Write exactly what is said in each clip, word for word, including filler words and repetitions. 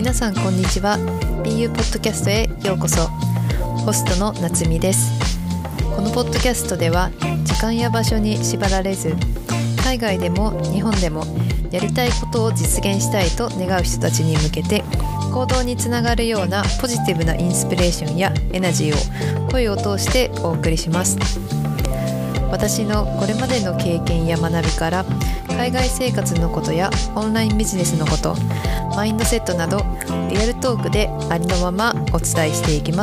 皆さんこんにちは。 ビーユー ポッドキャストへようこそ。ホストの夏美です。このポッドキャストでは時間や場所に縛られず、海外でも日本でもやりたいことを実現したいと願う人たちに向けて、行動につながるようなポジティブなインスピレーションやエナジーを声を通してお送りします。私のこれまでの経験や学びから、海外生活のことやオンラインビジネスのこと、マインドセットなどリアルトークでありのままお伝えしていきます。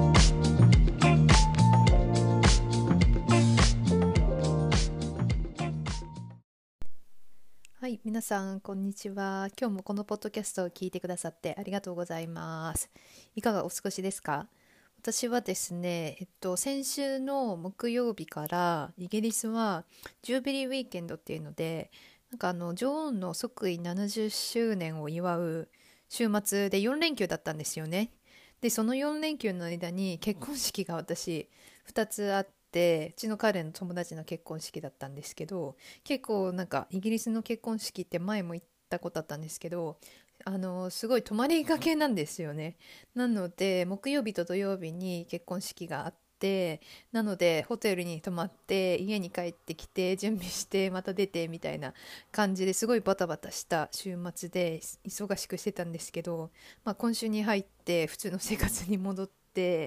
はい、皆さんこんにちは。今日もこのポッドキャストを聞いてくださってありがとうございます。いかがお過ごしですか？私はですね、えっと、先週の木曜日からイギリスはジュービリーウィーケンドっていうので、なんかあの女王の即位ななじゅっしゅうねんを祝う週末でよん連休だったんですよね。で、そのよん連休の間に結婚式が私ふたつあって、うちの彼の友達の結婚式だったんですけど、結構なんかイギリスの結婚式って前も言ったことあったんですけど、あのすごい泊まりがけなんですよね。なので木曜日と土曜日に結婚式があって、なのでホテルに泊まって家に帰ってきて準備してまた出てみたいな感じですごいバタバタした週末で忙しくしてたんですけど、まあ、今週に入って普通の生活に戻って、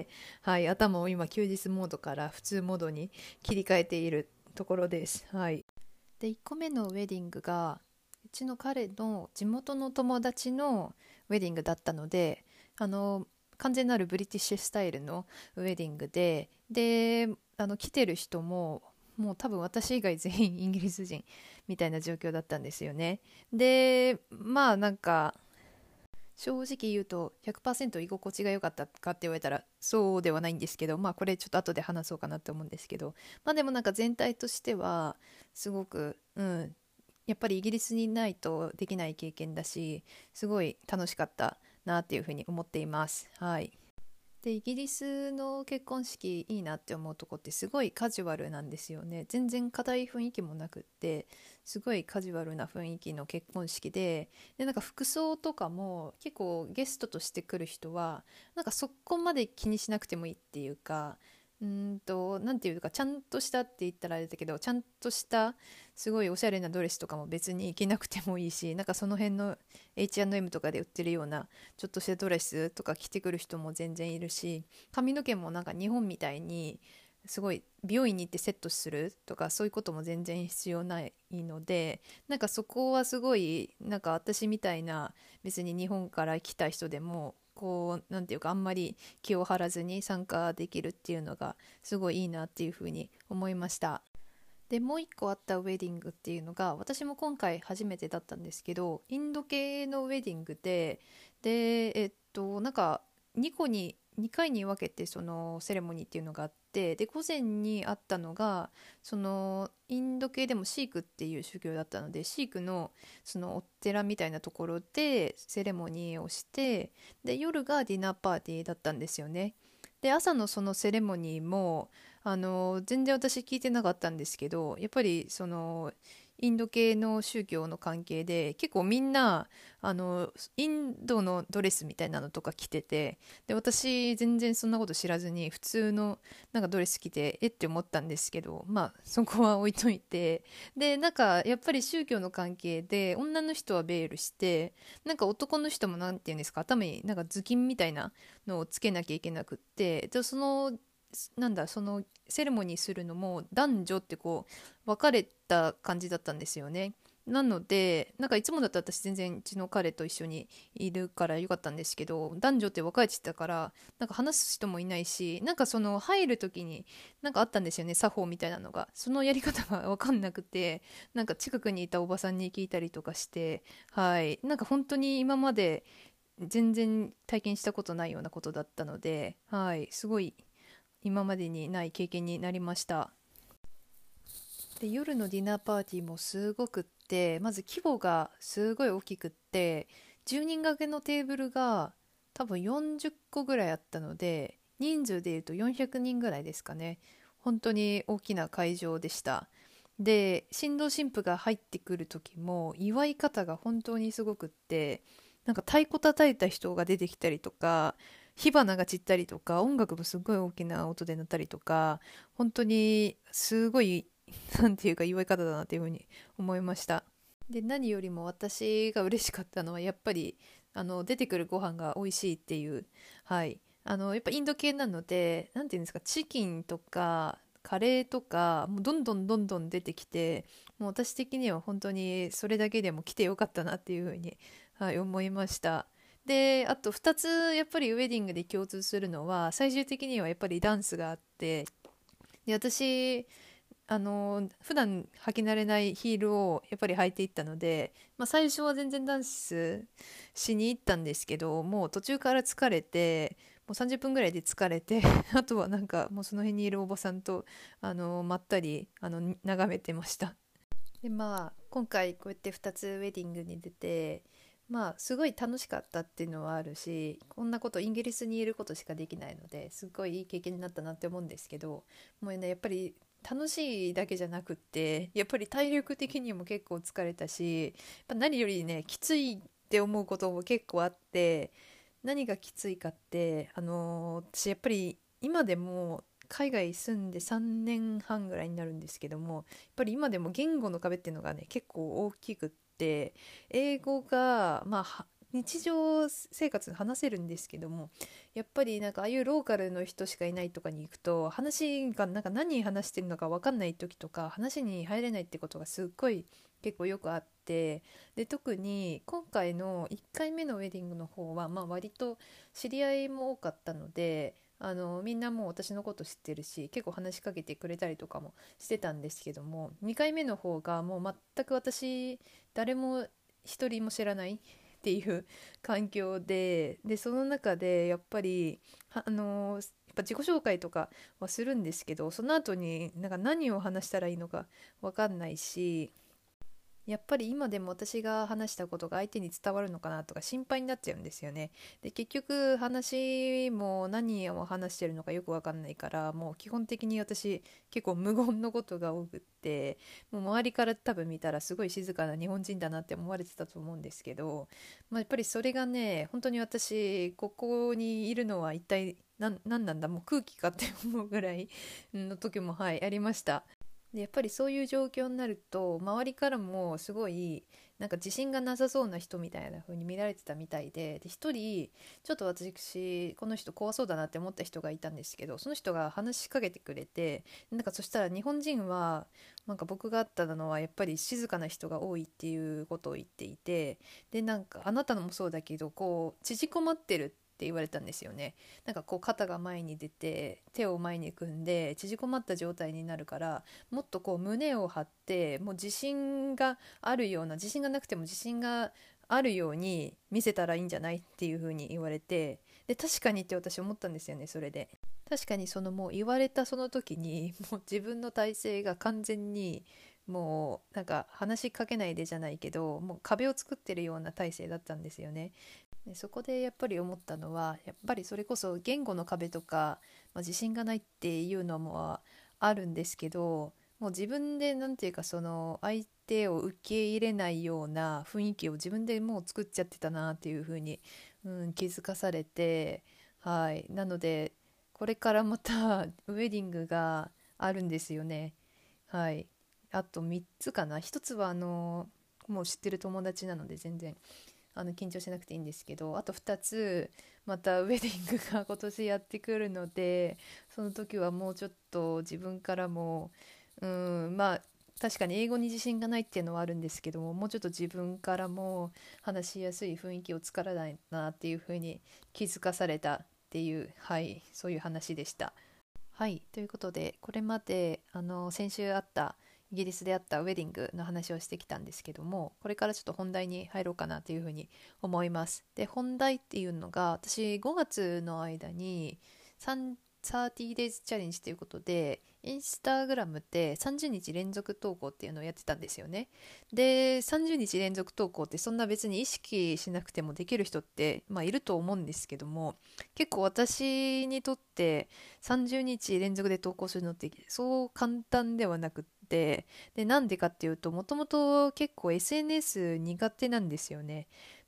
はい、頭を今休日モードから普通モードに切り替えているところです。はい、でいっこめのウェディングがうちの彼の地元の友達のウェディングだったので、あの完全なるブリティッシュスタイルのウェディングで、であの来てる人ももう多分私以外全員イギリス人みたいな状況だったんですよね。でまあなんか正直言うと ひゃくパーセント 居心地が良かったかって言われたらそうではないんですけど、まあこれちょっと後で話そうかなって思うんですけど、まあでもなんか全体としてはすごく、うんやっぱりイギリスにいないとできない経験だし、すごい楽しかったなっていうふうに思っています。はい。でイギリスの結婚式いいなって思うとこってすごいカジュアルなんですよね。全然硬い雰囲気もなくって、すごいカジュアルな雰囲気の結婚式で、でなんか服装とかも結構ゲストとして来る人はなんかそこまで気にしなくてもいいっていうか、うーんとなんていうか、ちゃんとしたって言ったらあれだけど、ちゃんとしたすごいおしゃれなドレスとかも別に着なくてもいいし、なんかその辺の エイチアンドエム とかで売ってるようなちょっとしたドレスとか着てくる人も全然いるし、髪の毛もなんか日本みたいにすごい美容院に行ってセットするとかそういうことも全然必要ないので、なんかそこはすごいなんか私みたいな別に日本から来た人でもこうなんていうか、あんまり気を張らずに参加できるっていうのがすごいいいなっていうふうに思いました。でもう一個あったウェディングっていうのが、私も今回初めてだったんですけど、インド系のウェディングで、でえっとなんかにこににかいに分けてそのセレモニーっていうのがあって、で午前にあったのがそのインド系でもシークっていう宗教だったので、シークのそのお寺みたいなところでセレモニーをして、で夜がディナーパーティーだったんですよね。で朝のそのセレモニーもあの全然私聞いてなかったんですけど、やっぱりそのインド系の宗教の関係で結構みんなあのインドのドレスみたいなのとか着てて、で私全然そんなこと知らずに普通のなんかドレス着てえって思ったんですけど、まあそこは置いといて、でなんかやっぱり宗教の関係で女の人はベールして、なんか男の人もなんていうんですか、頭になんか頭巾みたいなのをつけなきゃいけなくって、でそのなんだそのセレモニーするのも男女ってこう分かれた感じだったんですよね。なのでなんかいつもだったら私全然うちの彼と一緒にいるからよかったんですけど、男女って分かれてたからなんか話す人もいないし、なんかその入る時になんかあったんですよね、作法みたいなのが。そのやり方が分かんなくて、なんか近くにいたおばさんに聞いたりとかして、はい、なんか本当に今まで全然体験したことないようなことだったので、はい、すごい今までにない経験になりました。で夜のディナーパーティーもすごくって、まず規模がすごい大きくって、じゅうにん掛けのテーブルが多分よんじゅっこぐらいあったので、人数でいうとよんひゃくにんぐらいですかね。本当に大きな会場でした。で新郎新婦が入ってくる時も祝い方が本当にすごくって、 なんか太鼓叩いた人が出てきたりとか、火花が散ったりとか、音楽もすごい大きな音で鳴ったりとか、本当にすごい、なんていうか祝い方だなっていうふうに思いました。で、何よりも私が嬉しかったのはやっぱりあの出てくるご飯が美味しいっていう、はい、あのやっぱインド系なので、なんていうんですか、チキンとかカレーとかもうどんどんどんどん出てきて、もう私的には本当にそれだけでも来てよかったなっていうふうに、はい、思いました。で、あとふたつやっぱりウェディングで共通するのは、最終的にはやっぱりダンスがあって、で私あの普段履き慣れないヒールをやっぱり履いていったので、まあ、最初は全然ダンスしに行ったんですけど、もう途中から疲れて、もうさんじゅっぷんぐらいで疲れてあとはなんかもうその辺にいるおばさんとあのまったりあの眺めてました。でまあ今回こうやってふたつウェディングに出て、まあすごい楽しかったっていうのはあるし、こんなことイギリスにいることしかできないのですごいいい経験になったなって思うんですけど、もうねやっぱり楽しいだけじゃなくって、やっぱり体力的にも結構疲れたし、やっぱ何よりねきついって思うことも結構あって、何がきついかって、あのー私やっぱり今でも海外住んでさんねんはんぐらいになるんですけども、やっぱり今でも言語の壁っていうのがね結構大きくって、英語がまあは日常生活で話せるんですけども、やっぱりなんかああいうローカルの人しかいないとかに行くと、話がなんか何話してるのか分かんない時とか、話に入れないってことがすっごい結構よくあって、で特に今回のいっかいめのウェディングの方は、まあ、割と知り合いも多かったので、あのみんなもう私のこと知ってるし、結構話しかけてくれたりとかもしてたんですけども、にかいめの方がもう全く私誰も一人も知らないっていう環境で、でその中でやっぱりはあのやっぱ自己紹介とかはするんですけど、その後になんか何を話したらいいのか分かんないし、やっぱり今でも私が話したことが相手に伝わるのかなとか心配になっちゃうんですよね。で結局話も何を話してるのかよくわかんないから、もう基本的に私結構無言のことが多くって、もう周りから多分見たらすごい静かな日本人だなって思われてたと思うんですけど、まあ、やっぱりそれがね本当に私ここにいるのは一体何なんなんだ、もう空気かって思うぐらいの時もはいありました。でやっぱりそういう状況になると周りからもすごいなんか自信がなさそうな人みたいな風に見られてたみたいで、で一人ちょっと私この人怖そうだなって思った人がいたんですけど、その人が話しかけてくれて、なんかそしたら日本人はなんか僕があったのはやっぱり静かな人が多いっていうことを言っていて、でなんかあなたのもそうだけどこう縮こまってるって言われたんですよね。なんかこう肩が前に出て手を前に組んで縮こまった状態になるから、もっとこう胸を張ってもう自信があるような、自信がなくても自信があるように見せたらいいんじゃないっていう風に言われて、で確かにって私思ったんですよね。それで確かにそのもう言われたその時にもう自分の体勢が完全にもうなんか話しかけないでじゃないけど、もう壁を作ってるような体勢だったんですよね。でそこでやっぱり思ったのは、やっぱりそれこそ言語の壁とか、まあ、自信がないっていうのもあるんですけど、もう自分でなんていうかその相手を受け入れないような雰囲気を自分でもう作っちゃってたなっていうふうに、うん、気づかされて、はい、なのでこれからまたウェディングがあるんですよね。はい、あとみっつかな。ひとつはあのもう知ってる友達なので全然あの緊張しなくていいんですけど、あとふたつまたウェディングが今年やってくるので、その時はもうちょっと自分からも、うん、まあ確かに英語に自信がないっていうのはあるんですけども、もうちょっと自分からも話しやすい雰囲気を作らないなっていうふうに気づかされたっていう、はい、そういう話でした。はい、ということでこれまであの先週あったイギリスであったウェディングの話をしてきたんですけども、これからちょっと本題に入ろうかなというふうに思います。で本題っていうのが、私ごがつの間にさん さんじゅうデイズ チャレンジということでインスタグラムでさんじゅうにち連続投稿っていうのをやってたんですよね。でさんじゅうにち連続投稿ってそんな別に意識しなくてもできる人って、まあ、いると思うんですけども、結構私にとってさんじゅうにち連続で投稿するのってそう簡単ではなくって、でなんでかっていうと、もともと結構 エスエヌエス 苦手なんですよね。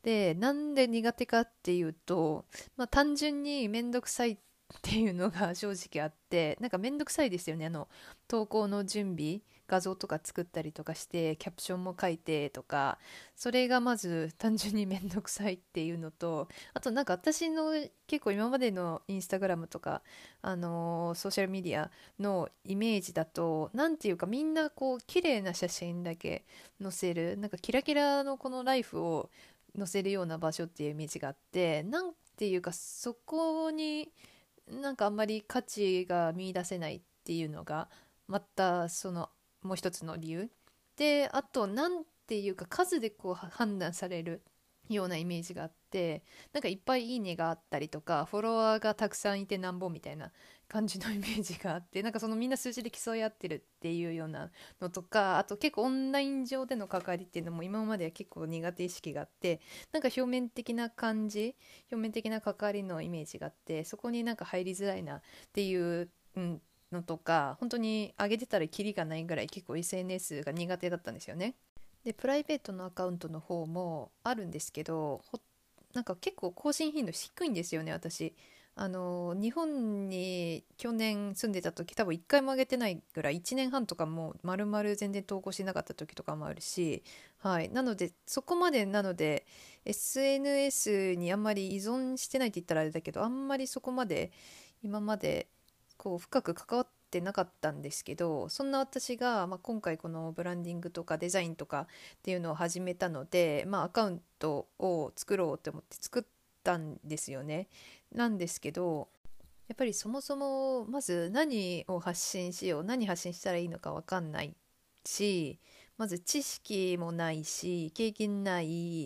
で、なんで苦手かっていうと、まあ、単純にめんどくさいっていうのが正直あって、なんかめんどくさいですよね。あの投稿の準備、画像とか作ったりとかしてキャプションも書いてとか、それがまず単純にめんどくさいっていうのと、あとなんか私の結構今までのインスタグラムとか、あのーソーシャルメディアのイメージだと、なんていうかみんなこう綺麗な写真だけ載せる、なんかキラキラのこのライフを載せるような場所っていうイメージがあって、なんていうかそこになんかあんまり価値が見出せないっていうのがまたそのもう一つの理由で、あとなんていうか数でこう判断されるようなイメージがあって、なんかいっぱいいいねがあったりとかフォロワーがたくさんいてなんぼみたいな感じのイメージがあって、なんかそのみんな数字で競い合ってるっていうようなのとか、あと結構オンライン上での関わりっていうのも今までは結構苦手意識があって、なんか表面的な感じ、表面的な関わりのイメージがあって、そこになんか入りづらいなっていう、うん、のとか、本当に上げてたらキリがないぐらい結構 エスエヌエス が苦手だったんですよね。でプライベートのアカウントの方もあるんですけど、ほなんか結構更新頻度低いんですよね、私。あの日本に去年住んでた時多分いっかいも上げてないぐらい、いちねんはんとかも丸々全然投稿しなかった時とかもあるし、はい、なのでそこまでなので エスエヌエス にあんまり依存してないって言ったらあれだけど、あんまりそこまで今までこう深く関わってなかったんですけど、そんな私が、まあ、今回このブランディングとかデザインとかっていうのを始めたので、まあ、アカウントを作ろうと思って作ったんですよね。なんですけど、やっぱりそもそもまず何を発信しよう、何発信したらいいのか分かんないし、まず知識もないし経験ない、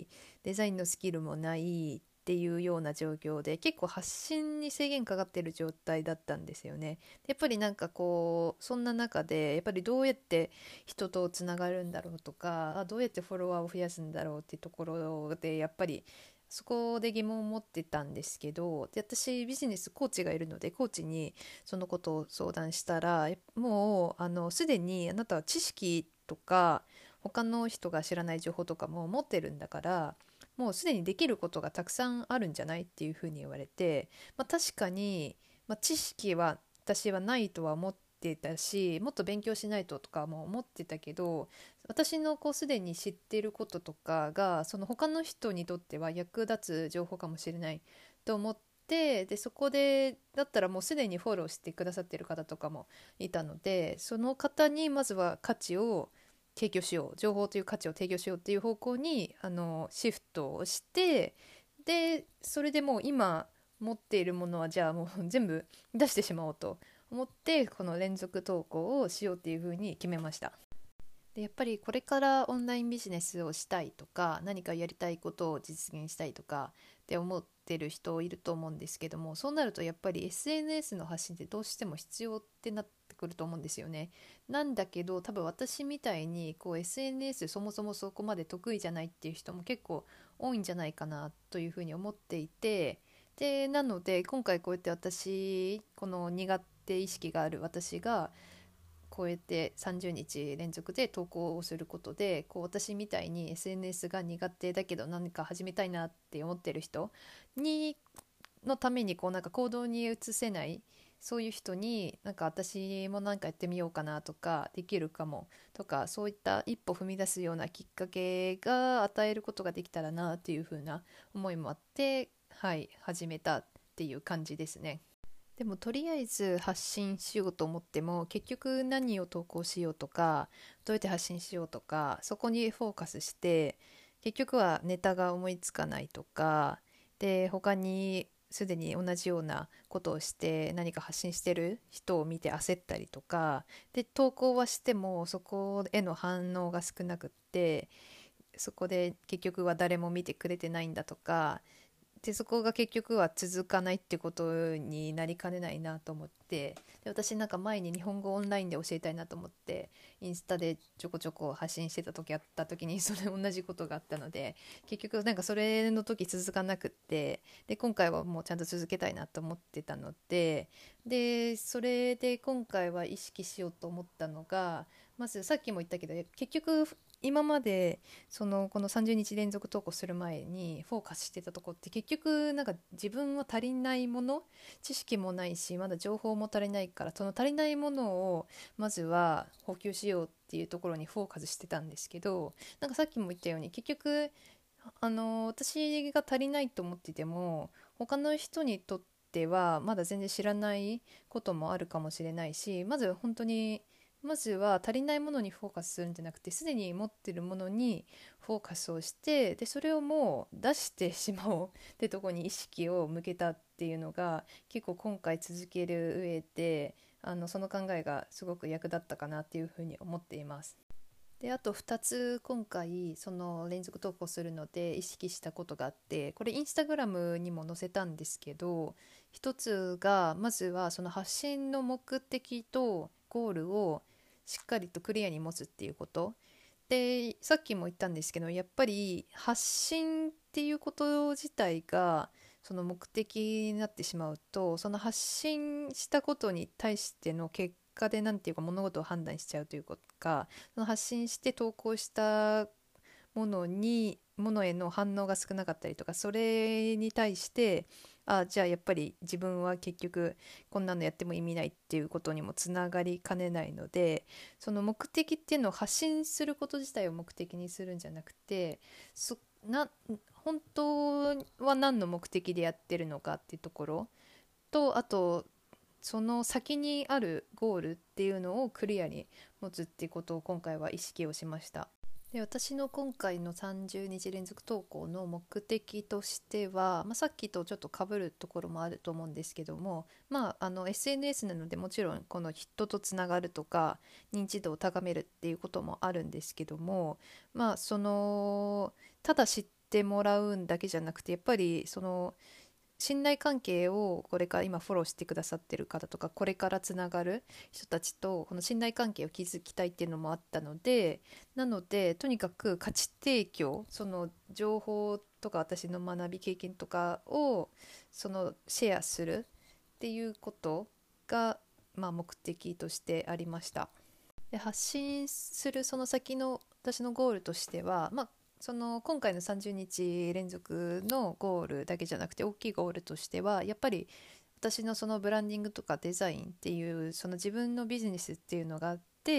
デザインのスキルもないっていうような状況で、結構発信に制限かかってる状態だったんですよね。でやっぱりなんかこうそんな中でやっぱりどうやって人とつながるんだろうとか、あどうやってフォロワーを増やすんだろうっていうところで、やっぱりそこで疑問を持ってたんですけど、で私ビジネスコーチがいるので、コーチにそのことを相談したら、もうあのすでにあなたは知識とか他の人が知らない情報とかも持ってるんだから、もうすでにできることがたくさんあるんじゃないっていうふうに言われて、まあ、確かに、まあ、知識は私はないとは思ってたし、もっと勉強しないととかも思ってたけど、私のこうすでに知っていることとかがその他の人にとっては役立つ情報かもしれないと思って、でそこでだったらもうすでにフォローしてくださっている方とかもいたので、その方にまずは価値を提供しよう、情報という価値を提供しようっていう方向にあのシフトをして、でそれでもう今持っているものはじゃあもう全部出してしまおうと思って、この連続投稿をしようっていうふうに決めました。でやっぱりこれからオンラインビジネスをしたいとか、何かやりたいことを実現したいとかって思ってる人いると思うんですけども、そうなるとやっぱり エスエヌエス の発信ってどうしても必要ってなってくると思うんですよね。なんだけど多分私みたいにこう エスエヌエス そもそもそこまで得意じゃないっていう人も結構多いんじゃないかなというふうに思っていて、でなので今回こうやって私、この苦手意識がある私がこうやってさんじゅうにち連続で投稿をすることで、こう私みたいに エスエヌエス が苦手だけど何か始めたいなって思ってる人にのためにこうなんか行動に移せない、そういう人になんか私もなんかやってみようかなとか、できるかもとか、そういった一歩踏み出すようなきっかけが与えることができたらなっていう風な思いもあって、はい始めたっていう感じですね。でもとりあえず発信しようと思っても結局何を投稿しようとか、どうやって発信しようとか、そこにフォーカスして結局はネタが思いつかないとかで、他にすでに同じようなことをして何か発信してる人を見て焦ったりとかで、投稿はしてもそこへの反応が少なくって、そこで結局は誰も見てくれてないんだとかで、そこが結局は続かないってことになりかねないなと思って、で私なんか前に日本語オンラインで教えたいなと思ってインスタでちょこちょこ発信してた時あった時にそれ同じことがあったので、結局なんかそれの時続かなくって、で今回はもうちゃんと続けたいなと思ってたので、でそれで今回は意識しようと思ったのが、まずさっきも言ったけど結局今までそのこのさんじゅうにち連続投稿する前にフォーカスしてたとこって結局なんか自分は足りないもの、知識もないしまだ情報も足りないから、その足りないものをまずは補給しようっていうところにフォーカスしてたんですけど、なんかさっきも言ったように結局あの私が足りないと思ってても他の人にとってはまだ全然知らないこともあるかもしれないし、まず本当にまずは足りないものにフォーカスするんじゃなくて、すでに持ってるものにフォーカスをして、でそれをもう出してしまおうってとこに意識を向けたっていうのが結構今回続ける上であのその考えがすごく役立ったかなっていうふうに思っています。であとふたつ今回その連続投稿するので意識したことがあって、これインスタグラムにも載せたんですけど、ひとつがまずはその発信の目的とゴールをしっかりとクリアに持つっていうことで、さっきも言ったんですけど、やっぱり発信っていうこと自体がその目的になってしまうと、その発信したことに対しての結果でなんていうか物事を判断しちゃうというか、その発信して投稿したものにものへの反応が少なかったりとか、それに対してあじゃあやっぱり自分は結局こんなのやっても意味ないっていうことにもつながりかねないので、その目的っていうのを発信すること自体を目的にするんじゃなくて、そな本当は何の目的でやってるのかっていうところと、あとその先にあるゴールっていうのをクリアに持つっていうことを今回は意識をしました。で私の今回のさんじゅうにち連続投稿の目的としては、まあ、さっきとちょっと被るところもあると思うんですけども、まあ、あの エスエヌエス なのでもちろんこの人とつながるとか認知度を高めるっていうこともあるんですけども、まあそのただ知ってもらうんだけじゃなくて、やっぱりその信頼関係をこれから今フォローしてくださってる方とか、これからつながる人たちとこの信頼関係を築きたいっていうのもあったので、なのでとにかく価値提供、その情報とか私の学び経験とかをそのシェアするっていうことが、まあ、目的としてありました。で発信するその先の私のゴールとしては、まあ、その今回のさんじゅうにち連続のゴールだけじゃなくて大きいゴールとしては、やっぱり私のそのブランディングとかデザインっていうその自分のビジネスっていうのがあって、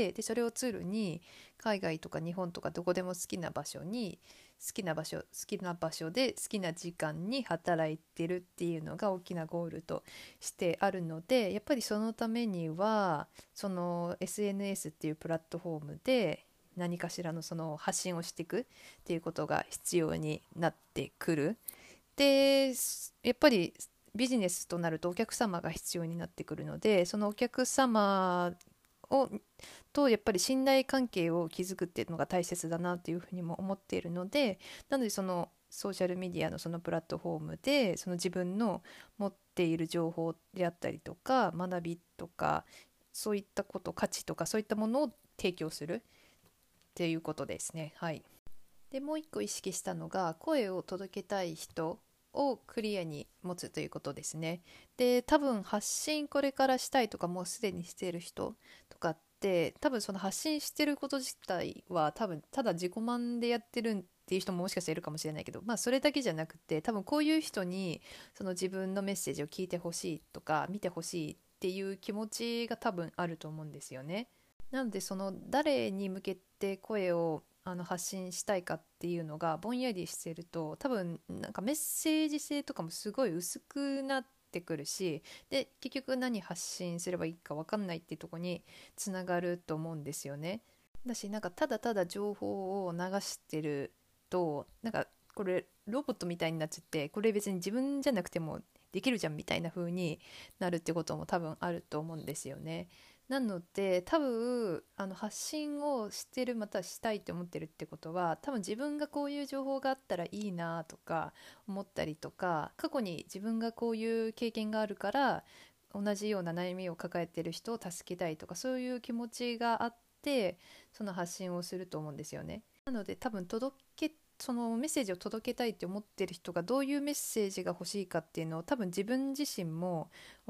でそれをツールに海外とか日本とかどこでも好きな場所に好きな場所好きな場所で好きな時間に働いてるっていうのが大きなゴールとしてあるので、やっぱりそのためにはその エスエヌエス っていうプラットフォームで何かしらのその発信をしていくっていうことが必要になってくる。でやっぱりビジネスとなるとお客様が必要になってくるので、そのお客様をとやっぱり信頼関係を築くっていうのが大切だなっていうふうにも思っているので、なのでそのソーシャルメディアのそのプラットフォームでその自分の持っている情報であったりとか学びとかそういったこと、価値とかそういったものを提供するっていうことですね。はい。でもう一個意識したのが声を届けたい人をクリアに持つということですね。で多分発信これからしたいとかもうすでにしている人とかって多分その発信してること自体は多分ただ自己満でやってるっていう人ももしかしたらいるかもしれないけど、まあそれだけじゃなくて多分こういう人にその自分のメッセージを聞いてほしいとか見てほしいっていう気持ちが多分あると思うんですよね。なのでその誰に向けて声をあの発信したいかっていうのがぼんやりしてると、多分なんかメッセージ性とかもすごい薄くなってくるし、で結局何発信すればいいか分かんないっていうところにつながると思うんですよね。だしなんかただただ情報を流してるとなんかこれロボットみたいになっちゃって、これ別に自分じゃなくてもできるじゃんみたいな風になるってことも多分あると思うんですよね。なので多分あの発信をしてるまたはしたいと思ってるってことは、多分自分がこういう情報があったらいいなとか思ったりとか、過去に自分がこういう経験があるから同じような悩みを抱えてる人を助けたいとか、そういう気持ちがあってその発信をすると思うんですよね。なので多分届けそのメッセージを届けたいって思ってる人がどういうメッセージが欲しいかっていうのを多分自分自身も分かっ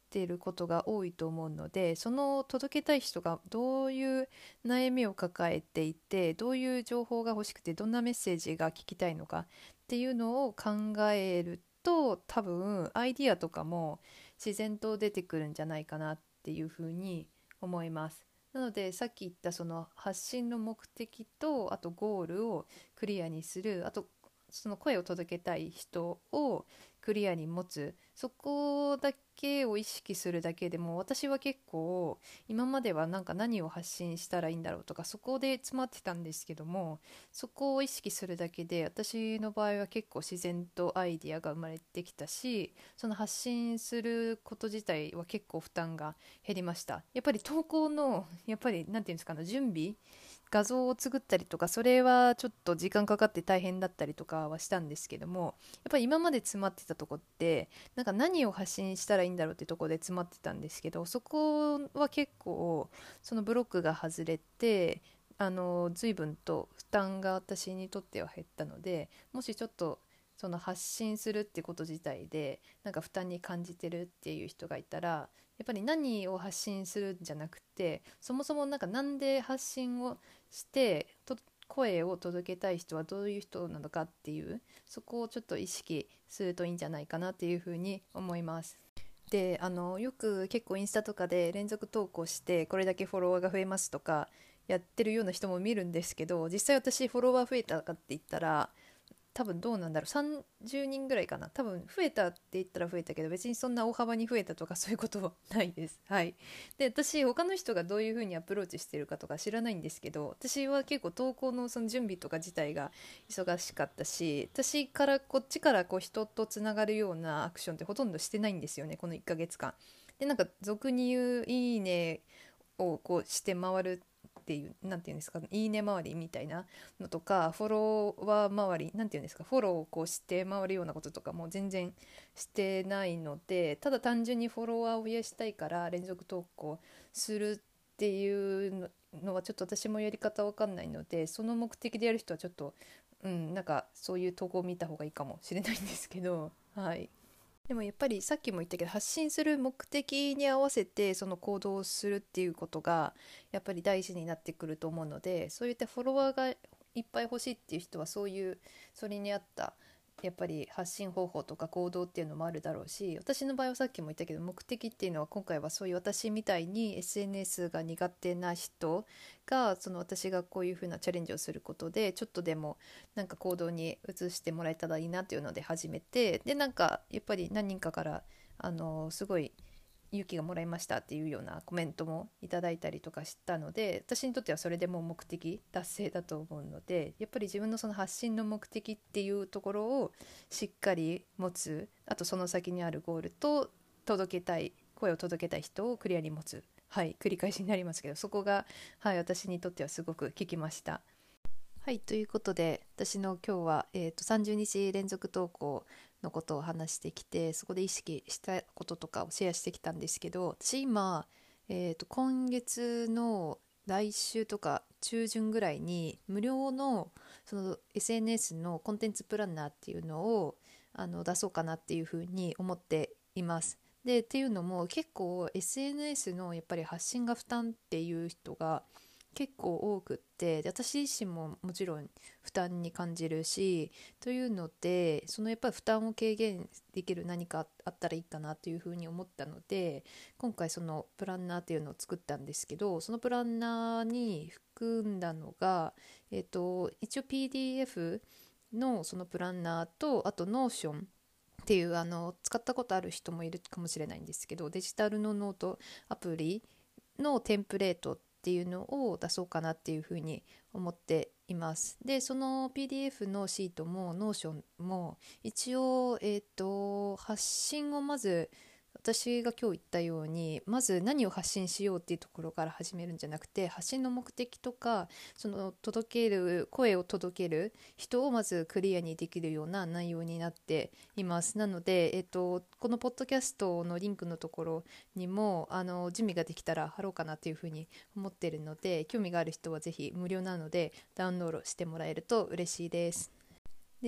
ていることが多いと思うので、その届けたい人がどういう悩みを抱えていて、どういう情報が欲しくて、どんなメッセージが聞きたいのかっていうのを考えると、多分アイディアとかも自然と出てくるんじゃないかなっていうふうに思います。なのでさっき言ったその発信の目的と、あとゴールをクリアにする、あとその声を届けたい人をクリアに持つ、そこだけを意識するだけでも、私は結構今まではなんか何を発信したらいいんだろうとか、そこで詰まってたんですけども、そこを意識するだけで私の場合は結構自然とアイディアが生まれてきたし、その発信すること自体は結構負担が減りました。やっぱり投稿のやっぱりなんていうんですかね、準備、画像を作ったりとか、それはちょっと時間かかって大変だったりとかはしたんですけども、やっぱり今まで詰まってたとこってなんか何を発信したらいいんだろうってとこで詰まってたんですけど、そこは結構そのブロックが外れて、あの随分と負担が私にとっては減ったので、もしちょっとその発信するってこと自体でなんか負担に感じてるっていう人がいたら、やっぱり何を発信するんじゃなくて、そもそもなんかなんで発信をしてと声を届けたい人はどういう人なのかっていう、そこをちょっと意識するといいんじゃないかなっていうふうに思います。で、あのよく結構インスタとかで連続投稿してこれだけフォロワーが増えますとかやってるような人も見るんですけど、実際私フォロワー増えたかって言ったら多分どうなんだろう、さんじゅうにんぐらいかな。多分増えたって言ったら増えたけど、別にそんな大幅に増えたとかそういうことはないです。はい。で、私他の人がどういう風にアプローチしてるかとか知らないんですけど、私は結構投稿のその準備とか自体が忙しかったし、私からこっちからこう人とつながるようなアクションってほとんどしてないんですよね、このいっかげつかんで。なんか俗に言ういいねをこうして回るっていう、なんていうんですか、いいね周りみたいなのとか、フォロワー周り、なんていうんですか、フォローをこうして回るようなこととかも全然してないので、ただ単純にフォロワーを増やしたいから連続投稿するっていうのはちょっと私もやり方わかんないので、その目的でやる人はちょっと、うん、なんかそういう投稿を見た方がいいかもしれないんですけど、はい。でもやっぱりさっきも言ったけど、発信する目的に合わせてその行動をするっていうことがやっぱり大事になってくると思うので、そういったフォロワーがいっぱい欲しいっていう人はそういうそれに合ったやっぱり発信方法とか行動っていうのもあるだろうし、私の場合はさっきも言ったけど、目的っていうのは今回はそういう私みたいに エスエヌエス が苦手な人が、その私がこういう風なチャレンジをすることでちょっとでもなんか行動に移してもらえたらいいなっていうので始めて、でなんかやっぱり何人かからあのすごい勇気がもらいましたっていうようなコメントもいただいたりとかしたので、私にとってはそれでもう目的達成だと思うので、やっぱり自分のその発信の目的っていうところをしっかり持つ、あとその先にあるゴールと届けたい声を届けたい人をクリアに持つ、はい、繰り返しになりますけど、そこが、はい、私にとってはすごく効きました。はい、ということで私の今日は、えーと、さんじゅうにち連続投稿のことを話してきて、そこで意識したこととかをシェアしてきたんですけど、私今、えーと、今月の来週とか中旬ぐらいに無料のその エスエヌエス のコンテンツプランナーっていうのをあの出そうかなっていうふうに思っています。でっていうのも結構 エスエヌエス のやっぱり発信が負担っていう人が結構多くって、で私自身ももちろん負担に感じるし、というのでそのやっぱり負担を軽減できる何かあったらいいかなというふうに思ったので、今回そのプランナーっていうのを作ったんですけど、そのプランナーに含んだのが、えっと、一応 ピーディーエフ のそのプランナーと、あと Notion っていう、あの使ったことある人もいるかもしれないんですけど、デジタルのノートアプリのテンプレートっていうのを出そうかなっていうふうに思っています。でその ピーディーエフ のシートも Notion も一応、えーと、発信をまず私が今日言ったように、まず何を発信しようっていうところから始めるんじゃなくて、発信の目的とかその届ける声を届ける人をまずクリアにできるような内容になっています。なので、えっと、このポッドキャストのリンクのところにもあの準備ができたら貼ろうかなというふうに思っているので、興味がある人はぜひ無料なのでダウンロードしてもらえると嬉しいです。で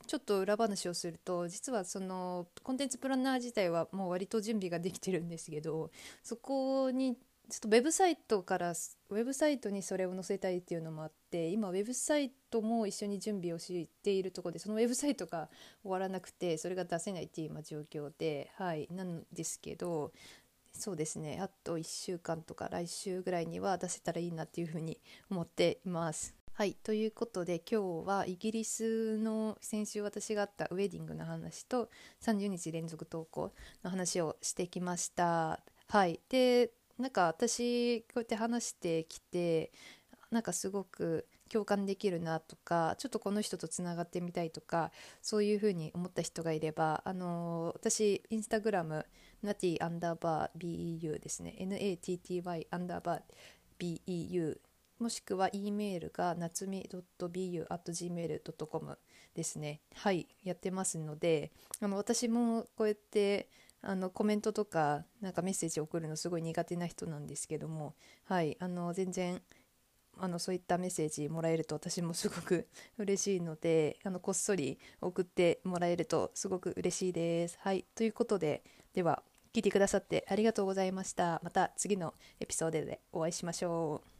ちょっと裏話をすると、実はそのコンテンツプランナー自体はもう割と準備ができてるんですけど、そこにちょっとウェブサイトからウェブサイトにそれを載せたいっていうのもあって、今ウェブサイトも一緒に準備をしているところで、そのウェブサイトが終わらなくてそれが出せないっていう今状況で、はいなんですけど、そうですね、あといっしゅうかんとか来週ぐらいには出せたらいいなっていうふうに思っています。はい、ということで今日はイギリスの先週私があったウェディングの話とさんじゅうにち連続投稿の話をしてきました。はい、でなんか私こうやって話してきて、なんかすごく共感できるなとか、ちょっとこの人とつながってみたいとか、そういうふうに思った人がいれば、あのー私インスタグラムナティアンダーバー ビーイーユー ですね、 ナティ アンダーバー ビーイーユー、 もしくは E メールがなつみ .bu アット ジーメール ドットコム ですね。はい、やってますので、あの私もこうやってあのコメントとかなんかメッセージを送るのすごい苦手な人なんですけども、はい、あの全然あのそういったメッセージもらえると私もすごく嬉しいので、あのこっそり送ってもらえるとすごく嬉しいです。はい、ということで、では聞いてくださってありがとうございました。また次のエピソードでお会いしましょう。